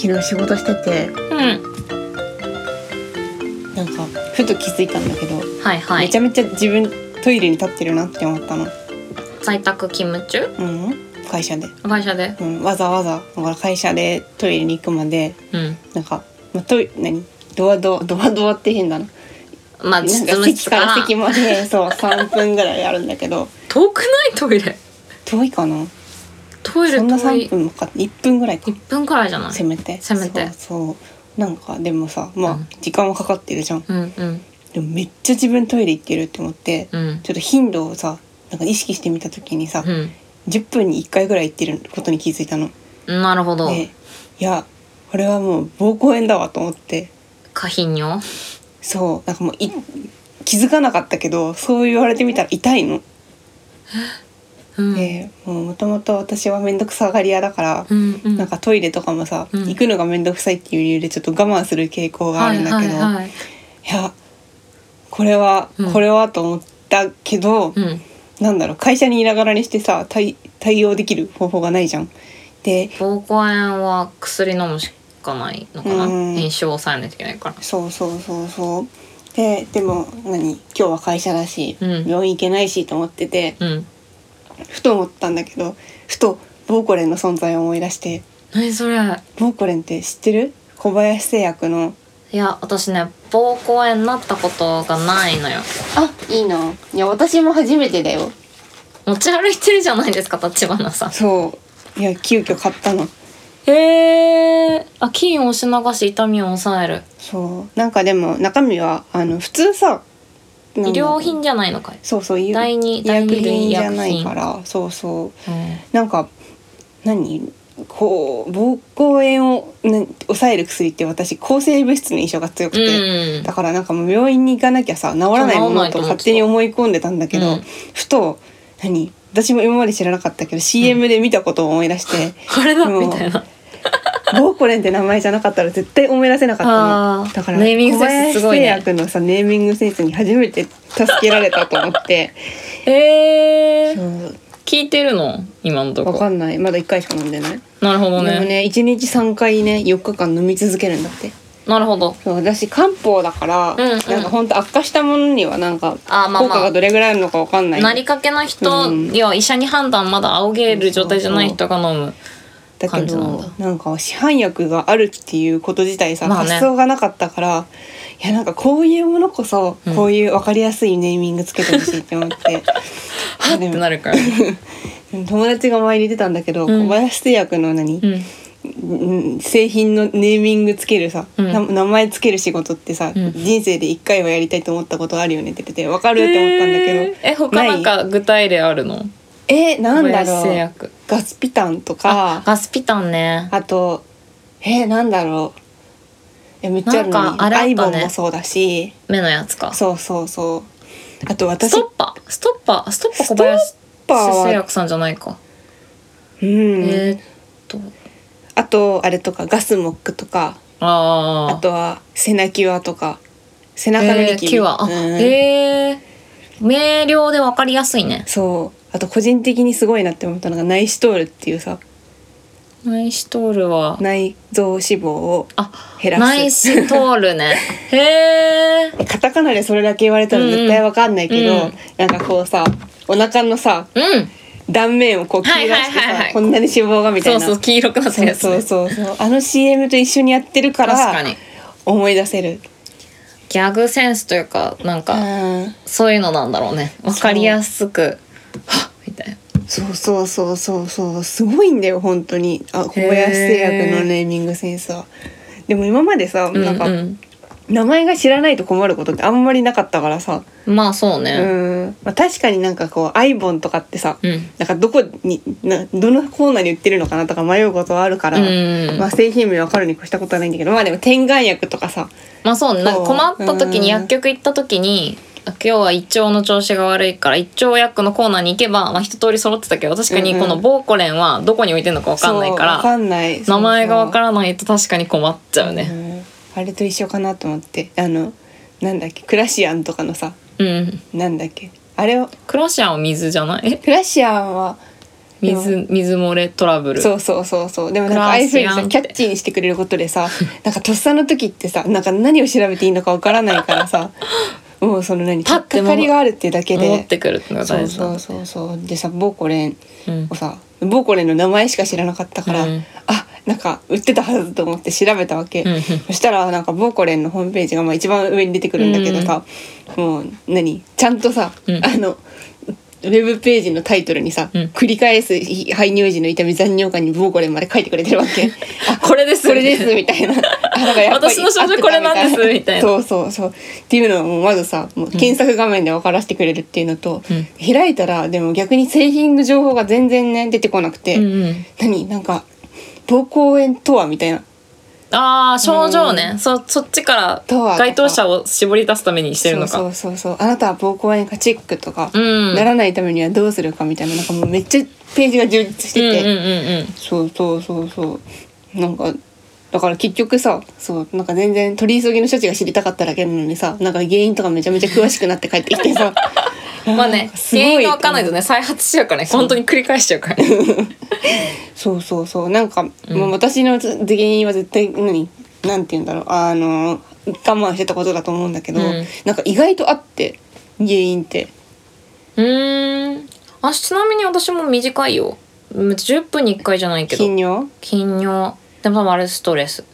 昨日仕事してて、なんかふと気づいたんだけど、 はいはい。 めちゃめちゃ自分トイレに立ってるなって思ったの。 在宅勤務中？ 会社で。わざわざだから会社でトイレに行くまで、なんか、ドアって変だな。 まあ実務席から席までそう3分ぐらいあるんだけど。 遠くないトイレ？遠いかな。 トイレ遠い。 そんな3分か1分ぐらいか。 1分くらいじゃない？ せめて。そうなんかでもさ、まあ、時間はかかってるじゃん。でもめっちゃ自分トイレ行ってるって思って、ちょっと頻度をさなんか意識してみた時にさ、10分に1回ぐらい行ってることに気づいたの。 なるほど。 いやこれはもう膀胱炎だわと思って。 過頻尿？ そうなんかもう気づかなかったけどそう言われてみたら痛いの。でもともと私はめんどくさがり屋だから、なんかトイレとかもさ、行くのがめんどくさいっていう理由でちょっと我慢する傾向があるんだけど、いやこれはと思ったけど、なんだろう会社にいながらにしてさ対応できる方法がないじゃん。で膀胱炎は薬飲むしかないのかな。炎症を抑えないといけないから。 そうでも今日は会社だし、病院行けないしと思ってて、ふと思ったんだけどふとボーコレンの存在を思い出して。 何それ？ ボーコレンって知ってる？小林製薬の。 いや私ね膀胱炎になったことがないのよ。 あ、いいな。いや私も初めてだよ。 持ち歩いてるじゃないですか立花さん。 そういや急遽買ったの。 菌を押し流し痛みを抑える。 そうなんかでも中身は普通さ医療品じゃないのかい。 そう医薬品じゃないからそう、なんかこう膀胱炎を、抑える薬って私抗生物質の印象が強くて、だからなんかもう病院に行かなきゃさ治らないものと勝手に思い込んでたんだけど、ふと私も今まで知らなかったけど CM で見たことを思い出して、 これだみたいな。 ボーコレンって名前じゃなかったら絶対思い出せなかったの。だからネーミングセンスすごいね。 小林製薬のさネーミングセンスに初めて助けられたと思って聞いてるの今のとこ。 わかんないまだ1回しか飲んでない。 なるほどね。 でもね1日3回ね4日間飲み続けるんだって。 なるほど。 そう私漢方だから、なんかほんと悪化したものにはなんか効果がどれぐらいあるのかわかんない。 なりかけの人、いや医者に判断まだ仰げる状態じゃない人が飲む。 だけどなんか市販薬があるっていうこと自体さ、発想がなかったから、いやなんかこういうものこそ、こういう分かりやすいネーミングつけてほしいって思ってはってなるから友達が前に出たんだけど、小林製薬の製品のネーミングつけるさ、名前つける仕事ってさ、人生で1回はやりたいと思ったことあるよねって言ってて分かるって思ったんだけど、 他なんか具体例あるの？ なんだろう、ガスピタンとか。 ガスピタンね。 あとなんだろう、めっちゃあるのにアイボンもそうだし、 目のやつか。 そうあと私ストッパ小林製薬さんじゃないか。 あとあれとかガスモックとか、あとはセナキュアとか背中の力キュア。明瞭で分かりやすいね。 そうあと個人的にすごいなって思ったのがナイシトールっていうさ、 ナイシトールは内臓脂肪を減らす。 ナイシトールね。へー。 カタカナでそれだけ言われたら絶対わかんないけど、なんかこうさお腹のさ、断面をこう切り出してさ、こんなに脂肪がみたいな。 そう黄色くなったやつ、ね。 そうあの CM と一緒にやってるから思い出せる。 ギャグセンスというかなんかそういうのなんだろうね。わかりやすくはっみたいな。 そうすごいんだよ本当に。小林製薬のネーミングセンスは。でも今までさ、なんか名前が知らないと困ることってあんまりなかったからさ。 まあそうね。 確かになんかこうアイボンとかってさ、なんかどのコーナーに売ってるのかなとか迷うことはあるから、製品名分かるに越したことはないんだけど、でも点眼薬とかさ、 そうね。なんか困った時に薬局行った時に、今日は胃腸の調子が悪いから胃腸薬のコーナーに行けば、一通り揃ってたけど、確かにこのボーコレンはどこに置いてるのか分かんないから、名前が分からないと確かに困っちゃうね。 あれと一緒かなと思って、なんだっけクラシアンとかのさ、なんだっけあれをクラシアンは水じゃない？ クラシアンは水漏れトラブル。 そうでもなんかああいう風にさキャッチーにしてくれることでさなんかとっさの時ってさなんか何を調べていいのかわからないからさもうその何パッてかかりがあるっていうだけで戻ってくるってのが大事だ。 そうでさボーコレンをさ、ボーコレンの名前しか知らなかったから、あなんか売ってたはずと思って調べたわけ、そしたらなんかボーコレンのホームページがまあ一番上に出てくるんだけどさ、もうちゃんとさ、ウェブページのタイトルにさ、繰り返す排乳時の痛み残尿感にボーコレンまで書いてくれてるわけあこれですみたいなだからやっぱり私の症状これなんですみたいなそうっていうのをまずさもう検索画面で分からせてくれるっていうのと、開いたらでも逆に製品の情報が全然ね出てこなくて、なんか膀胱炎とはみたいな症状ね、そっちから該当者を絞り出すためにしてるのか。 そうあなたは膀胱炎かチェックとか、ならないためにはどうするかみたいななんかもうめっちゃページが充実してて、そうなんかだから結局さなんか全然取り急ぎの処置が知りたかっただけなのにさなんか原因とかめちゃめちゃ詳しくなって帰ってきてさまあね原因が分かんないとね再発しちゃうからね本当に繰り返しちゃうからそうなんか、もう私の原因は絶対なんて言うんだろう我慢してたことだと思うんだけど、なんか意外とあって原因ってちなみに私も短いよ10分に1回じゃないけど頻尿でもあれストレス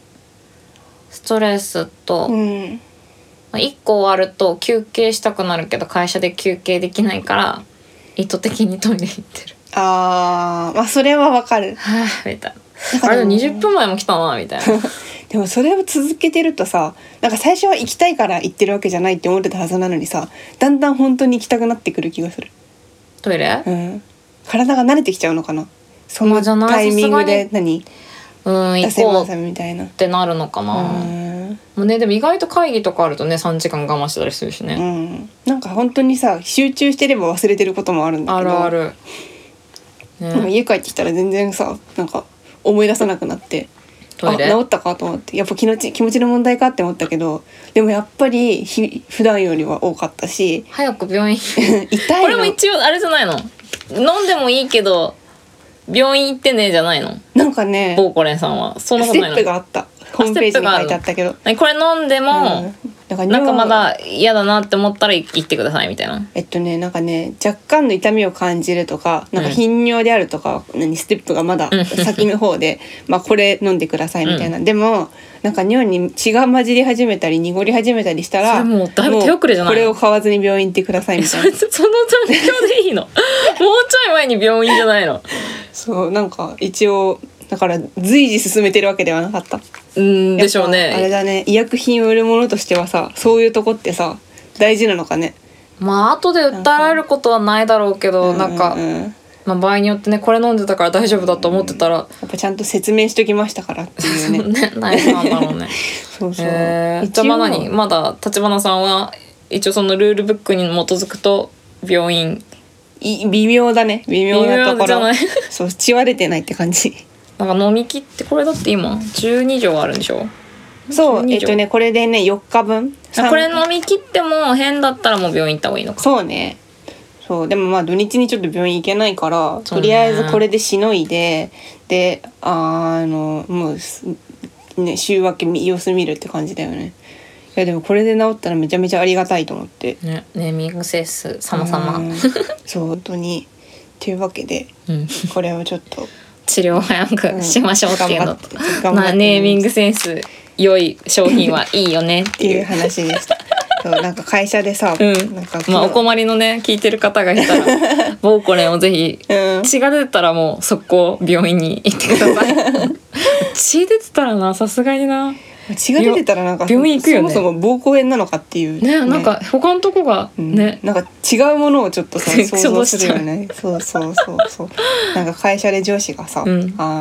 と、1個終わると休憩したくなるけど会社で休憩できないから意図的にトイレ行ってる。 まあそれはわかるみたいなあれ20分前も来たなみたいなでもそれを続けてるとさなんか最初は行きたいから行ってるわけじゃないって思ってたはずなのにさだんだん本当に行きたくなってくる気がする。 トイレ？ 体が慣れてきちゃうのかなそのタイミングで出せますみたいなってなるのかな。もうねでも意外と会議とかあるとね3時間我慢してたりするしね、 なんか本当にさ集中してれば忘れてることもあるんだけどある、 でも家帰ってきたら全然さなんか思い出さなくなってトイレ治ったかと思ってやっぱ気持ちの問題かって思ったけどでもやっぱり普段よりは多かったし早く病院痛いのこれも一応あれじゃないの飲んでもいいけど病院行ってねじゃないのなんかねボーコレンさんはそんなことないのステップがあったホームページに書いてあったけどこれ飲んでも、なんかまだ嫌だなって思ったら行ってくださいみたいななんかね若干の痛みを感じるとかなんか頻尿であるとか、ステップがまだ先の方でまあこれ飲んでくださいみたいな、でもなんか尿に血が混じり始めたり濁り始めたりしたらそれもうだいぶ手遅れじゃないこれを買わずに病院行ってくださいみたいなその状況でいいのもうちょい前に病院じゃないのそうなんか一応だから随時進めてるわけではなかったでしょうね。 あれだね医薬品を売るものとしてはさそういうとこってさ大事なのかね。 まあ後で訴えられることはないだろうけどなんか、まあ、場合によってねこれ飲んでたから大丈夫だと思ってたら、 やっぱちゃんと説明しときましたからっていうね何なんだろうねじゃあまだ橘さんは一応そのルールブックに基づくと病院微妙だね微妙なところじゃないそう血は出てないって感じ。 なんか飲み切ってこれだって今12錠あるんでしょ。 そうこれでね4日分これ飲み切っても変だったらもう病院行った方がいいのか。 そうねでもまあ土日にちょっと病院行けないから、とりあえずこれでしのいでもうね週明け様子見るって感じだよね。いやでもこれで治ったらめちゃめちゃありがたいと思ってねネーミングセンス様そう本当にっていうわけで、これをちょっと治療を早くしましょうっていうのと、ネーミングセンス良い商品はいいよねっていう話でしたそうなんか会社でさ、なんかお困りのね聞いてる方がいたらボーコレンをぜひ、血が出てたらもう速攻病院に行ってください血出てたらなさすがにな血が出てたらなんか病院行くよね。 そもそも膀胱炎なのかっていうねなんか他のとこがね、 なんか違うものをちょっとさ想像するよねそうなんか会社で上司がさ、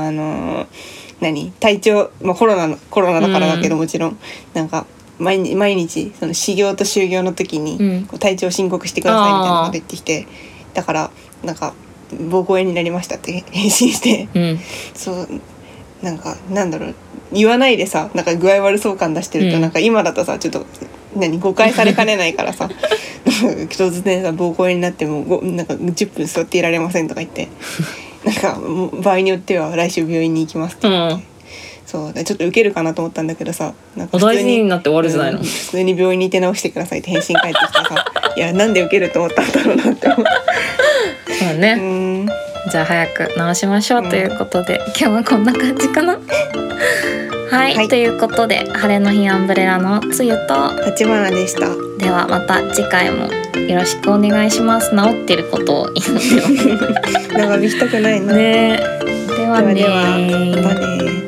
体調、コロナだからだけど、もちろんなんか毎日その始業と就業の時に体調申告してくださいみたいなのが出てきて、だからなんか膀胱炎になりましたって返信して、そうなんかなんだろう言わないでさなんか具合悪そう感出してると、なんか今だとさちょっと誤解されかねないからさ突然さ膀胱炎になってもなんか10分座っていられませんとか言ってなんか場合によっては来週病院に行きますって言って、そうちょっと受けるかなと思ったんだけどさ、なんかお大事になって終わるじゃないの、 普通に病院に手直してくださいって返信返ってきてさいやなんで受けると思ったんだろうなって思うそうね、じゃあ早く治しましょうということで、今日はこんな感じかなはい、ということで晴れの日アンブレラのつゆと立花でした。 ではまた次回もよろしくお願いします。治ってることを祈ってます長引きたくないな。 ね。ではね。 ではまたね。